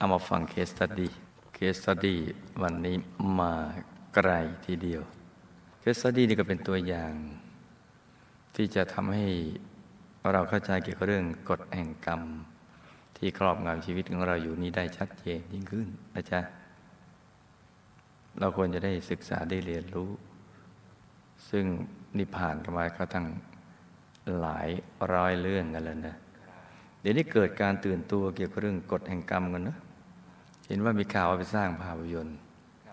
เอามาฟังเคสตัดดี้วันนี้มาไกลทีเดียวเคสตัดดี้นี่ก็เป็นตัวอย่างที่จะทำให้เราเข้าใจเกี่ยวกับเรื่องกฎแห่งกรรมที่ครอบงำชีวิตของเราอยู่นี้ได้ชัดเจนยิ่งขึ้นนะจ๊ะเราควรจะได้ศึกษาได้เรียนรู้ซึ่งนี่ผ่านกันมาก็ทั้งหลายร้อยเรื่องกันแล้วนะเดี๋ยวนี้เกิดการตื่นตัวเกี่ยวกับเรื่องกฎแห่งกรรมกันนะเห็นว่ามีข่าวว่าไปสร้างภาพยนตร์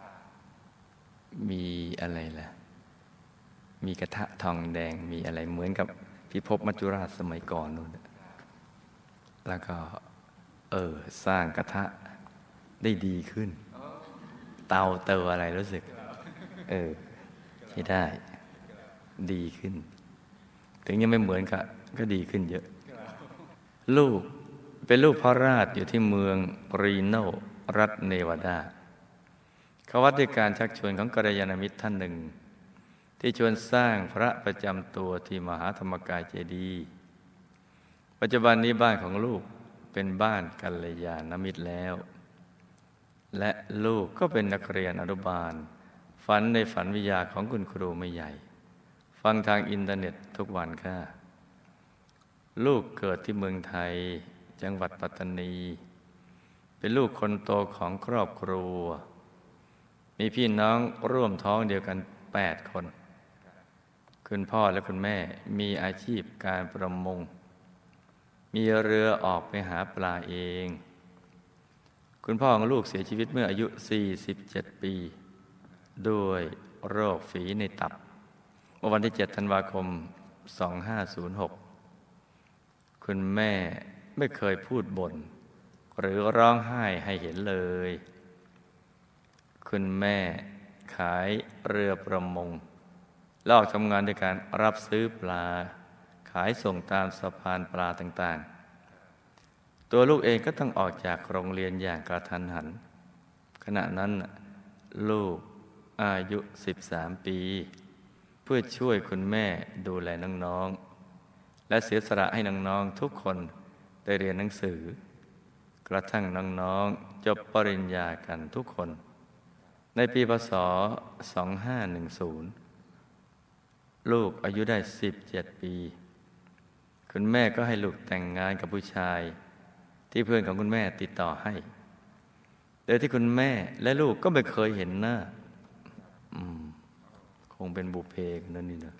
มีอะไรล่ะมีกระทะทองแดงมีอะไรเหมือนกับพิภพมัจจุราชสมัยก่อนนู่นแล้วก็สร้างกระทะได้ดีขึ้นเตาอะไรรู้สึกใช้ได้ดีขึ้นถึงยังไม่เหมือนกับก็ดีขึ้นเยอะลูกเป็นลูกพระราชอยู่ที่เมืองรีโนรัฐเนวาดาเขาวัดด้วยการชักชวนของกัลยาณมิตรท่านหนึ่งที่ชวนสร้างพระประจำตัวที่มหาธรรมกายเจดีย์ปัจจุบันนี้บ้านของลูกเป็นบ้านกัลยาณมิตรแล้วและลูกก็เป็นนักเรียนอนุบาลฝันในฝันวิทยาของคุณครูไม่ใหญ่ฟังทางอินเทอร์เน็ตทุกวันค่ะลูกเกิดที่เมืองไทยจังหวัดปัตตานีเป็นลูกคนโตของครอบครัวมีพี่น้องร่วมท้องเดียวกัน8 คนคุณพ่อและคุณแม่มีอาชีพการประมงมีเรือออกไปหาปลาเองคุณพ่อของลูกเสียชีวิตเมื่ออายุ47 ปีด้วยโรคฝีในตับเมื่อวันที่7 ธันวาคม 2506คุณแม่ไม่เคยพูดบ่นหรือร้องไห้ให้เห็นเลยคุณแม่ขายเรือประมงลอกทำงานด้วยการรับซื้อปลาขายส่งตามสะพานปลาต่างๆตัวลูกเองก็ต้องออกจากโรงเรียนอย่างกระทันหันขณะนั้นลูกอายุ13 ปีเพื่อช่วยคุณแม่ดูแลน้องๆและเสียสละให้น้องๆทุกคนได้เรียนหนังสือกระทั่งน้องๆจบปริญญากันทุกคนในปีพ.ศ. 2510ลูกอายุได้17 ปีคุณแม่ก็ให้ลูกแต่งงานกับผู้ชายที่เพื่อนของคุณแม่ติดต่อให้โดยที่คุณแม่และลูกก็ไม่เคยเห็นหน้าคงเป็นบุพเพกันนั่นนี่นะ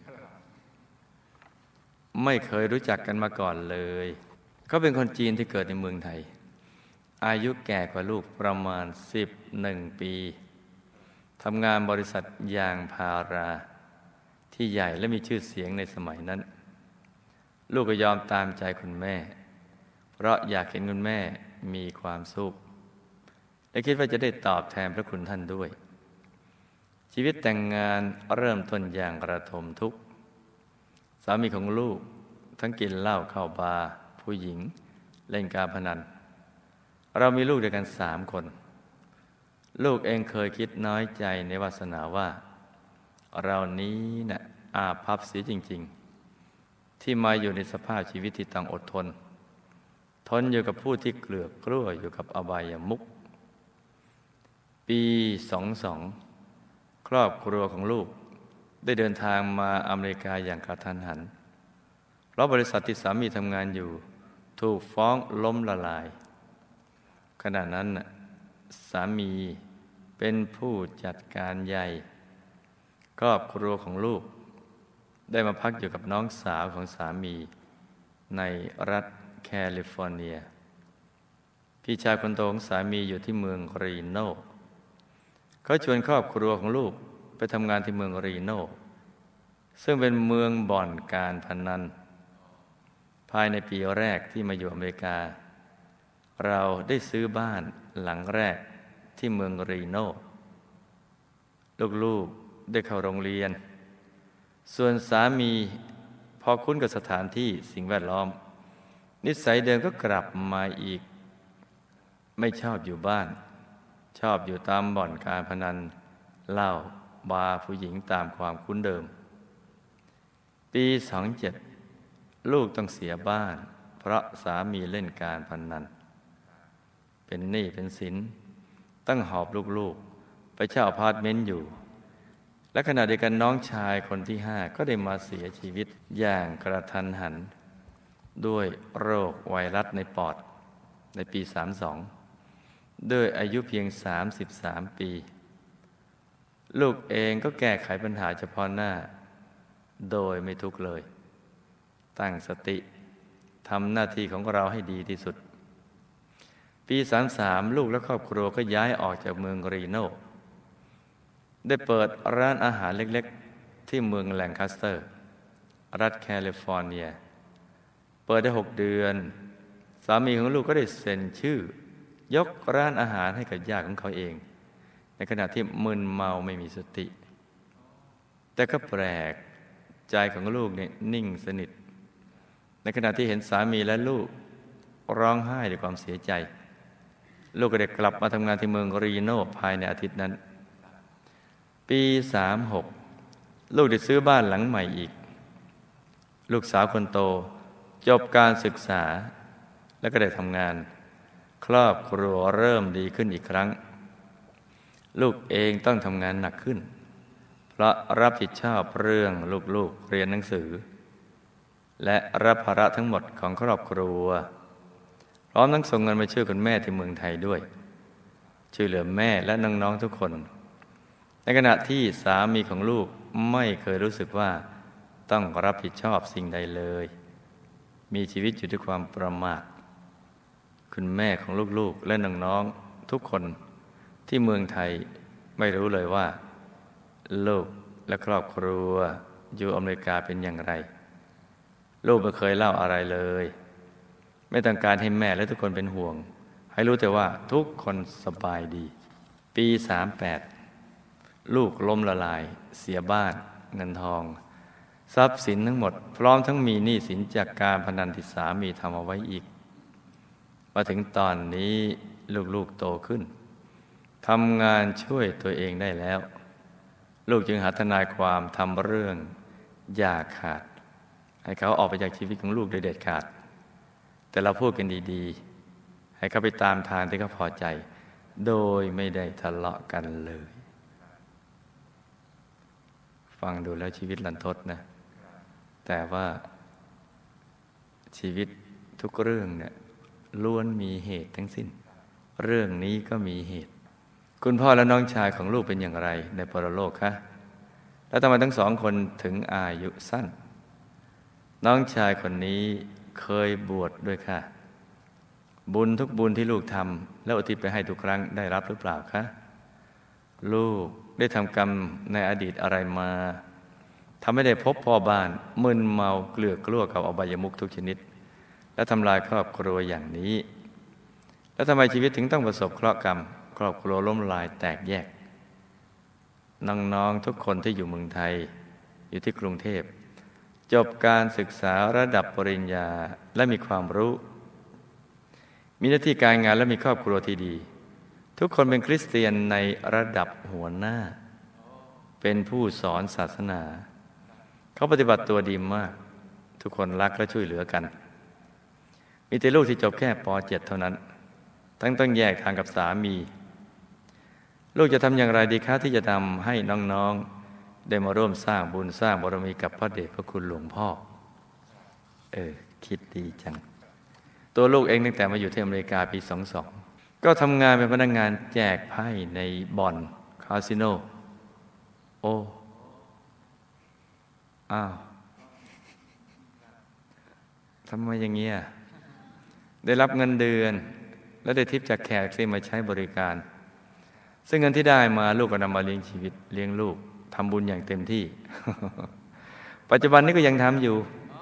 ไม่เคยรู้จักกันมาก่อนเลยเขาเป็นคนจีนที่เกิดในเมืองไทยอายุแก่กว่าลูกประมาณ11 ปีทำงานบริษัทยางพาราที่ใหญ่และมีชื่อเสียงในสมัยนั้นลูกก็ยอมตามใจคุณแม่เพราะอยากเห็นคุณแม่มีความสุขและคิดว่าจะได้ตอบแทนพระคุณท่านด้วยชีวิตแต่งงานเริ่มต้นอย่างระทมทุกข์สามีของลูกทั้งกินเหล้าเข้าบาร์ผู้หญิงเล่นการพนันเรามีลูกด้วยกัน3 คนลูกเองเคยคิดน้อยใจในวาสนาว่าเรานี้น่ะอาภัพเสียจริงๆที่มาอยู่ในสภาพชีวิตที่ต้องอดทนอยู่กับผู้ที่เกลือกกลั้วอยู่กับอบายมุขปี22ครอบครัวของลูกได้เดินทางมาอเมริกาอย่างกระทันหันเพราะบริษัทที่สามีทำงานอยู่ถูกฟ้องล้มละลายขณะนั้นสามีเป็นผู้จัดการใหญ่ครอบครัวของลูกได้มาพักอยู่กับน้องสาวของสามีในรัฐแคลิฟอร์เนียพี่ชายคนโตของสามีอยู่ที่เมืองรีโนเขาชวนครอบครัวของลูกไปทำงานที่เมืองรีโนซึ่งเป็นเมืองบ่อนการพนันภายในปีแรกที่มาอยู่อเมริกาเราได้ซื้อบ้านหลังแรกที่เมืองรีโนลูกๆได้เข้าโรงเรียนส่วนสามีพอคุ้นกับสถานที่สิ่งแวดล้อมนิสัยเดิมก็กลับมาอีกไม่ชอบอยู่บ้านชอบอยู่ตามบ่อนการพนันเหล้าบาร์ผู้หญิงตามความคุ้นเดิมปี27ลูกต้องเสียบ้านเพราะสามีเล่นการพนันปีเป็นหนี้เป็นสินต้องหอบลูกๆไปเช่าอพาร์ตเมนต์อยู่ และขณะเดียวกันน้องชายคนที่5ก็ได้มาเสียชีวิตอย่างกระทันหันด้วยโรคไวรัสในปอดในปี 32ด้วยอายุเพียง 33 ปี ลูกเองก็แก้ไขปัญหาเฉพาะหน้าโดยไม่ทุกข์เลย ตั้งสติทำหน้าที่ของเราให้ดีที่สุด ปี 33ลูกและครอบครัวก็ย้ายออกจากเมืองรีโนได้เปิดร้านอาหารเล็กๆที่เมืองแลงคาสเตอร์รัฐแคลิฟอร์เนียเปิดได้6 เดือนสามีของลูกก็ได้เซ็นชื่อยกร้านอาหารให้กับญาติของเขาเองในขณะที่มึนเมาไม่มีสติแต่ก็แปลกใจของลูกเนี่ยนิ่งสนิทในขณะที่เห็นสามีและลูกร้องไห้ด้วยความเสียใจลูกก็ได้กลับมาทำงานที่เมืองรีโนภายในอาทิตย์นั้นปี 36ลูกได้ซื้อบ้านหลังใหม่อีกลูกสาวคนโตจบการศึกษาแล้วก็ได้ทำงานครอบครัวเริ่มดีขึ้นอีกครั้งลูกเองต้องทำงานหนักขึ้นเพราะรับผิดชอบเรื่องลูกๆเรียนหนังสือและรับภาระทั้งหมดของครอบครัวพร้อมทั้งส่งเงินมาช่วยคุณแม่ที่เมืองไทยด้วยช่วยเหลือแม่และน้องๆทุกคนในขณะที่สามีของลูกไม่เคยรู้สึกว่าต้องรับผิดชอบสิ่งใดเลยมีชีวิตอยู่ด้วยความประมาทคุณแม่ของลูกๆและน้องๆทุกคนที่เมืองไทยไม่รู้เลยว่าลูกและครอบครัวอยู่อเมริกาเป็นอย่างไรลูกไม่เคยเล่าอะไรเลยไม่ต้องการให้แม่และทุกคนเป็นห่วงให้รู้แต่ว่าทุกคนสบายดีปี 38ลูกล้มละลายเสียบ้านเงินทองทรัพย์สินทั้งหมดพร้อมทั้งมีหนี้สินจากการพนันที่สามีทำเอาไว้อีกมาถึงตอนนี้ลูกๆโตขึ้นทำงานช่วยตัวเองได้แล้วลูกจึงหาทนายความทำเรื่องอย่าขาดให้เขาออกไปจากชีวิตของลูกโดยเด็ดขาดแต่เราพูดกันดีๆให้เขาไปตามทางที่เขาพอใจโดยไม่ได้ทะเลาะกันเลยฟังดูแล้วชีวิตรันทดนะแต่ว่าชีวิตทุกเรื่องเนี่ยล้วนมีเหตุทั้งสิ้นเรื่องนี้ก็มีเหตุคุณพ่อและน้องชายของลูกเป็นอย่างไรในปรโลกคะแล้วทำไมทั้ง2 คนถึงอายุสั้นน้องชายคนนี้เคยบวชด้วยค่ะบุญทุกบุญที่ลูกทำแล้วอุทิศไปให้ทุกครั้งได้รับหรือเปล่าคะลูกได้ทำกรรมในอดีตอะไรมาทำให้ได้พบพ่อบ้านมึนเมาเกลือกกลั้วกับอบายมุขทุกชนิดและทำลายครอบครัวอย่างนี้แล้วทำไมชีวิตถึงต้องประสบเคราะห์กรรมครอบครัวล้มละลายแตกแยกน้องๆทุกคนที่อยู่เมืองไทยอยู่ที่กรุงเทพจบการศึกษาระดับปริญญาและมีความรู้มีหน้าที่การงานและมีครอบครัวที่ดีทุกคนเป็นคริสเตียนในระดับหัวหน้าเป็นผู้สอนศาสนาเขาปฏิบัติตัวดีมากทุกคนรักและช่วยเหลือกันมีแต่ลูกที่จบแค่ป .7 เท่านั้นทั้งต้องแยกทางกับสามีลูกจะทำอย่างไรดีคะที่จะทำให้น้องๆได้มาร่วมสร้างบุญสร้างบารมีกับพระเดชพระคุณหลวงพ่อคิดดีจังตัวลูกเองตั้งแต่มาอยู่ที่อเมริกาปี 22ก็ทำงานเป็นพนักงานแจกไพ่ในบ่อนคาสิโนอ้าวทำไมอย่างเงี้ยได้รับเงินเดือนและได้ทิปจากแขกที่มาใช้บริการซึ่งเงินที่ได้มาลูกก็นำมาเลี้ยงชีวิตเลี้ยงลูกทำบุญอย่างเต็มที่ ปัจจุบันนี้ก็ยังทำอยู่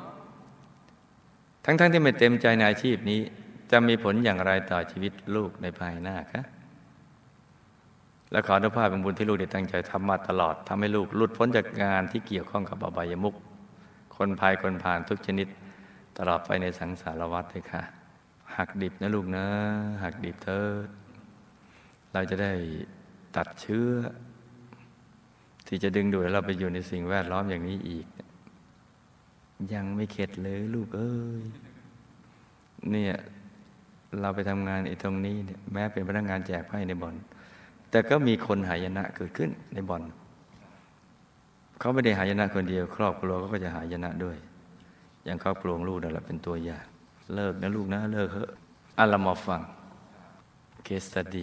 ทั้งที่ไม่เต็มใจในอาชีพนี้จะมีผลอย่างไรต่อชีวิตลูกในภายหน้าคะและขออนุภาพเป็นบุญที่ลูกได้ตั้งใจทำมาตลอดทำให้ลูกหลุดพ้นจากงานที่เกี่ยวข้องกับอบายมุขคนพายคนผ่านทุกชนิดตลอดไปในสังสารวัฏเลยค่ะหักดิบนะลูกนะหักดิบเถิดเราจะได้ตัดเชื้อที่จะดึงดูดเราไปอยู่ในสิ่งแวดล้อมอย่างนี้อีกยังไม่เข็ดเลยลูกเอ้ยเนี่ยเราไปทำงานตรงนี้เนี่ยแม้เป็นพนักงานแจกไพ่ในบ่อนแต่ก็มีคนหายนะเกิดขึ้นในบ่อนเขาไม่ได้หายนะคนเดียวครอบครัวเขาก็จะหายนะด้วยอย่างครอบครัวลูกนั่นแหละเป็นตัวอย่างเลิกนะลูกนะเลิกเถอะเรามาฟังเคสสตี้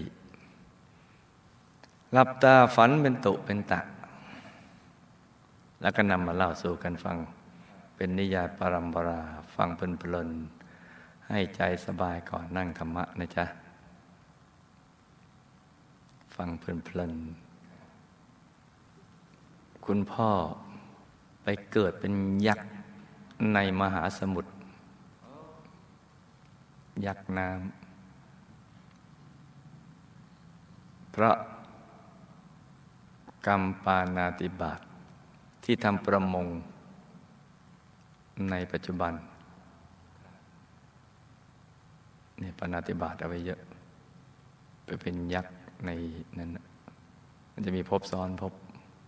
หลับตาฝันเป็นตุเป็นตะแล้วก็นำมาเล่าสู่กันฟังเป็นนิยายปรัมปราฟังเพลินๆให้ใจสบายก่อนนั่งธรรมะนะจ๊ะฟังเพลินๆคุณพ่อไปเกิดเป็นยักษ์ในมหาสมุทรยักษ์น้ำเพราะกรรมปาณาติบาตที่ทำประมงในปัจจุบันเนี่ยปาณาติบาตเอาไว้เยอะไปเป็นยักษ์ในนั้นมันจะมีภพซ้อนภพ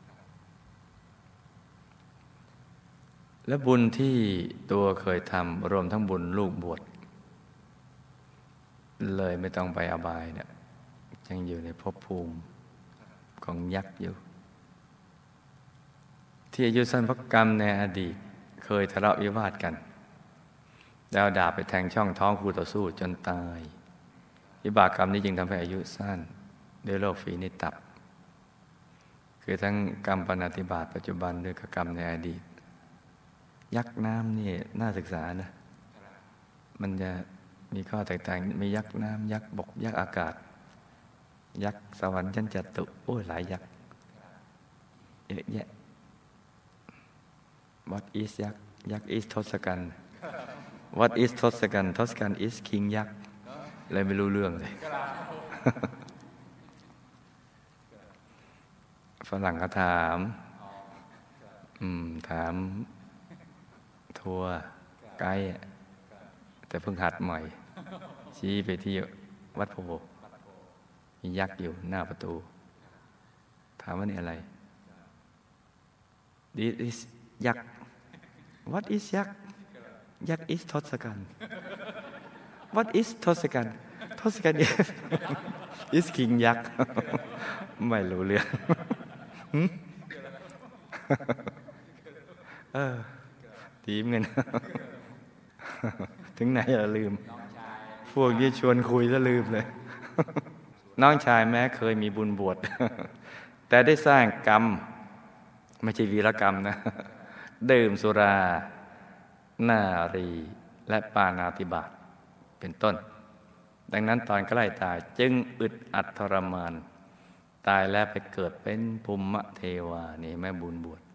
และบุญที่ตัวเคยทำรวมทั้งบุญลูกบวชเลยไม่ต้องไปอบายเนี่ยยังอยู่ในภพภูมิของยักษ์อยู่ที่อายุสั้นเพราะกรรมในอดีตเคยทะเลาะวิวาทกันแล้วดาบไปแทงช่องท้องคู่ต่อสู้จนตายวิบากกรรมนี้จึงทำให้อายุสั้นด้วยโรคฝีในตับคือทั้งกรรมปณาติบาตปัจจุบันด้วยกรรมในอดีตยักษ์น้ำนี่น่าศึกษานะมันจะมีข้อแตกต่างมียักษ์น้ำยักษ์บกยักษ์อากาศยักษ์สวรรค์ชั้นจตุโอ้ยหลายยักษ์เยอะแยะ What is ยักษ์ ยักษ์ is ทศกัณฐ์ What is ทศกัณฐ์ ทศกัณฐ์ is king ยักษ์เลยไม่รู้เรื่องเลยฝรั่งก็ถามถามทัวร์ไกด์แต่เพิ่งหัดใหม่ชี้ไปที่วัดโพมียักษ์อยู่หน้าประตูถามว่านี่อะไร This is ยักษ์ What is ยักษ์ ยักษ์ is ทศกัณฐ์ What is ทศกัณฐ์ ทศกัณฐ์ is king ยักษ์ ไม่รู้เรื่องทีมเงินถึงไหนเราลืมพวกนี้ชวนคุยแล้วลืมเลยน้องชายแม้เคยมีบุญบวชแต่ได้สร้างกรรมไม่ใช่วีรกรรมนะดื่มสุรานารีและปาณาติบาตเป็นต้นดังนั้นตอนใกล้ตายจึงอึดอัดทรมานตายแล้วไปเกิดเป็นภูมิเทวานี่แม่บุญบวช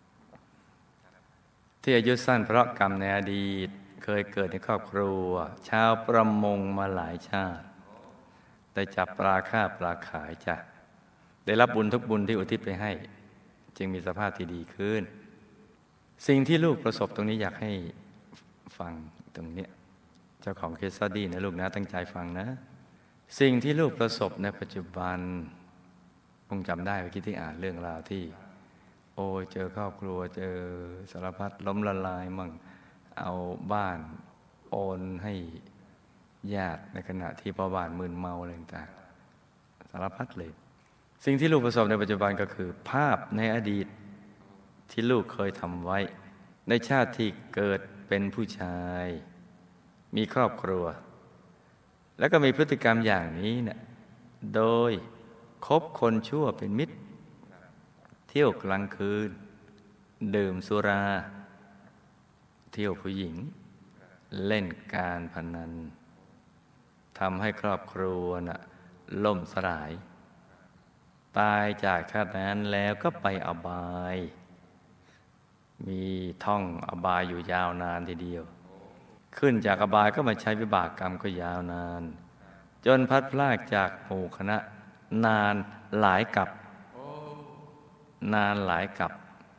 ที่อายุสั้นเพราะกรรมในอดีตเคยเกิดในครอบครัวชาวประมงมาหลายชาติได้จับปลาฆ่าปลาขายจ้ะได้รับบุญทุกบุญที่อุทิศไปให้จึงมีสภาพที่ดีขึ้นสิ่งที่ลูกประสบตรงนี้อยากให้ฟังตรงนี้เจ้าของเคสสตี้นะลูกนะตั้งใจฟังนะสิ่งที่ลูกประสบในปัจจุบันคงจำได้เมื่อกี้ที่อ่านเรื่องราวที่โอ้ยเจอครอบครัวเจอสารพัดล้มละลายมั่งเอาบ้านโอนให้ญาติในขณะที่พ่อบ้านมึนเมาอะไรต่างๆสารพัดเลยสิ่งที่ลูกประสบในปัจจุบันก็คือภาพในอดีตที่ลูกเคยทำไว้ในชาติที่เกิดเป็นผู้ชายมีครอบครัวแล้วก็มีพฤติกรรมอย่างนี้เนี่ยโดยคบคนชั่วเป็นมิตรเที่ยวกลางคืนดื่มสุราเที่ยวผู้หญิงเล่นการพนันทำให้ครอบครัวน่ะล่มสลายตายจากชาตินั้นแล้วก็ไปอบายมีท่องอบายอยู่ยาวนานทีเดียวขึ้นจากอบายก็มาใช้วิบากกรรมก็ยาวนานจนพัดพลากจากหมู่คณะนานหลายกับนานหลายกับ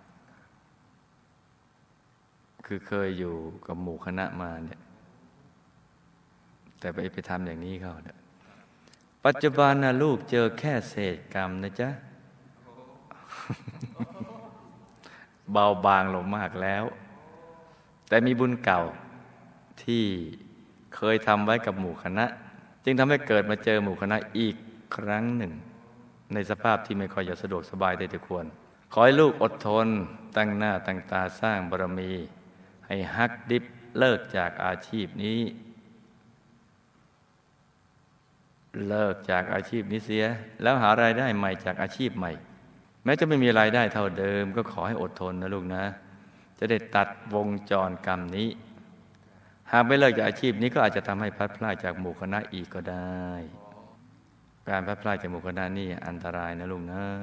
คือเคยอยู่กับหมู่คณะมาเนี่ยแต่ไปทำอย่างนี้เขาเนี่ยปัจจุบันนะลูกเจอแค่เศษกรรมนะจ๊ะ เบาบางลงมากแล้วแต่มีบุญเก่าที่เคยทำไว้กับหมู่คณะจึงทำให้เกิดมาเจอหมู่คณะอีกครั้งหนึ่งในสภาพที่ไม่ค่อยจะสะดวกสบายแต่ควรขอให้ลูกอดทนตั้งหน้าตั้งตาสร้างบารมีให้ฮักดิบเลิกจากอาชีพนี้เสียแล้วหารายได้ใหม่จากอาชีพใหม่แม้จะไม่มีรายได้เท่าเดิมก็ขอให้อดทนนะลูกนะจะได้ตัดวงจรกรรมนี้หากไม่เลิกจากอาชีพนี้ก็อาจจะทำให้พลัดพรากจากหมู่คณะอีกก็ได้การพลัดพรากจากหมู่คณะนี่อันตรายนะลูกนะ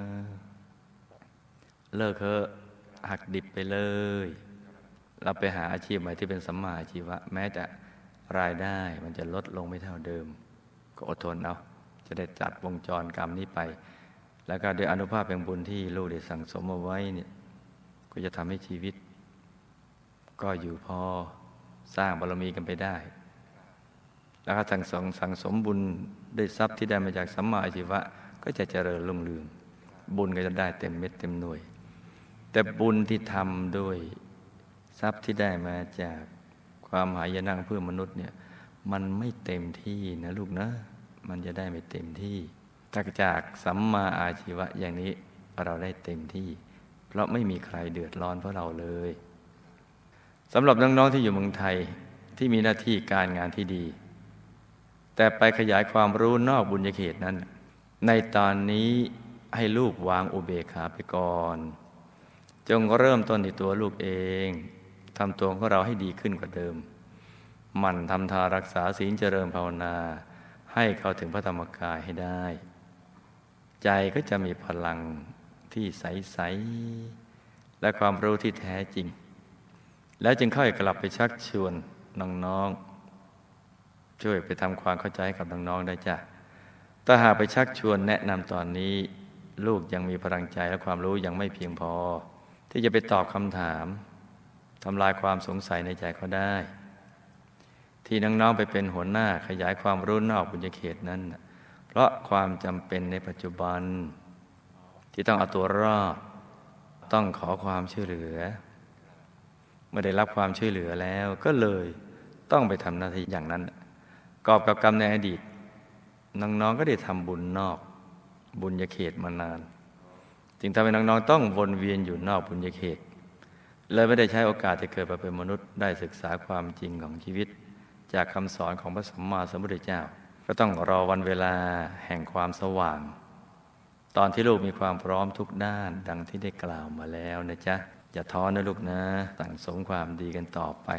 เลิกเถอะหักดิบไปเลยเราไปหาอาชีพใหม่ที่เป็นสัมมาอาชีวะแม้จะรายได้มันจะลดลงไม่เท่าเดิมก็อดทนเอาจะได้ตัดวงจรกรรมนี้ไปแล้วก็ด้วยอานุภาพแห่งบุญที่ลูกได้สั่งสมเอาไว้เนี่ยก็จะทำให้ชีวิตก็อยู่พอสร้างบารมีกันไปได้แล้วก็สั่งสมบุญด้วยทรัพย์ที่ได้มาจากสัมมาอาชีวะก็จะเจริญรุ่งเรืองบุญก็จะได้เต็มเม็ดเต็มหน่วยแต่บุญที่ทำด้วยทรัพย์ที่ได้มาจากความหายนะเพื่อมนุษย์เนี่ยมันไม่เต็มที่นะลูกนะมันจะได้ไม่เต็มที่ถ้าจากสัมมาอาชีวะอย่างนี้เราได้เต็มที่เพราะไม่มีใครเดือดร้อนเพราะเราเลยสำหรับน้องๆที่อยู่เมืองไทยที่มีหน้าที่การงานที่ดีแต่ไปขยายความรู้นอกบุญญาเขตนั้นในตอนนี้ให้ลูกวางอุเบกขาไปก่อนจงเริ่มต้นที่ตัวลูกเองทำตัวของเราให้ดีขึ้นกว่าเดิมหมั่นทำทานรักษาศีลเจริญภาวนาให้เข้าถึงพระธรรมกายให้ได้ใจก็จะมีพลังที่ใสๆและความรู้ที่แท้จริงแล้วจึงค่อยกลับไปชักชวนน้องๆช่วยไปทำความเข้าใจกับน้องๆได้จ้ะถ้าหากไปชักชวนแนะนำตอนนี้ลูกยังมีพลังใจและความรู้ยังไม่เพียงพอที่จะไปตอบคำถามทำลายความสงสัยในใจเขาได้ที่น้องๆไปเป็นหัวหน้าขยายความรู้นอกบุญญาเขตนั้นเพราะความจำเป็นในปัจจุบันที่ต้องเอาตัวรอดต้องขอความช่วยเหลือเมื่อได้รับความช่วยเหลือแล้วก็เลยต้องไปทำหน้าที่อย่างนั้นกอบกับกรรมในอดีตน้องๆก็ได้ทำบุญนอกบุญญาเขตมานานจึงทำให้น้องๆต้องวนเวียนอยู่นอกบุญญาเขตเลยไม่ได้ใช้โอกาสที่เกิดมาเป็นมนุษย์ได้ศึกษาความจริงของชีวิตจากคำสอนของพระสัมมาสัมพุทธเจ้าก็ต้องรอวันเวลาแห่งความสว่างตอนที่ลูกมีความพร้อมทุกด้านดังที่ได้กล่าวมาแล้วนะจ๊ะอย่าท้อนะลูกนะสั่งสมความดีกันต่อไป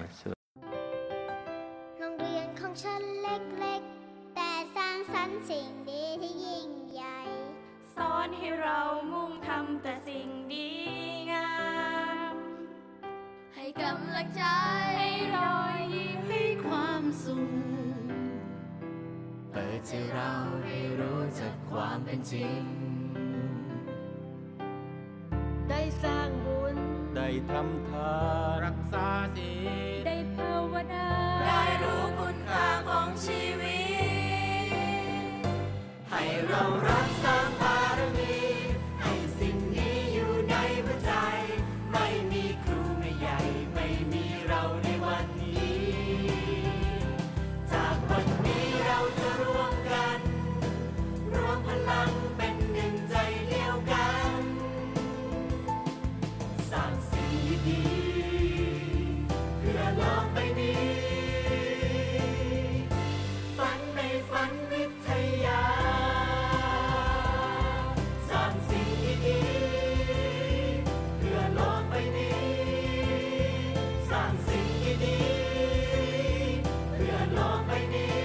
โรงเรียนของฉันเล็กๆแต่สร้างสรรค์สิ่งดีที่ยิ่งใหญ่สอนให้เรามุ่งทำแต่สิ่งดีงามให้กำลังใจให้รอยยิ้มให้ความสุขเปิดใจเราให้รู้จักความเป็นจริงได้สร้างบุญได้ทำทานรักษาศีลได้ภาวนาได้รู้คุณค่าของชีวิตให้เรารักษาบารมีให้สิ่งนี้อยู่ในหัวใจไม่มีครูไม่ใหญ่ไม่มีเราในวันนี้จากวันนี้เราจะร่วมกันรวมพลังเป็นหนึ่งใจเดียวกันสร้างสิ่งดีเพื่อโลกใบนี้ฝันในฝันวิทยาสร้างสิ่งดีเพื่อโลกใบนี้สร้างสิ่งดีเพื่อโลกใบนี้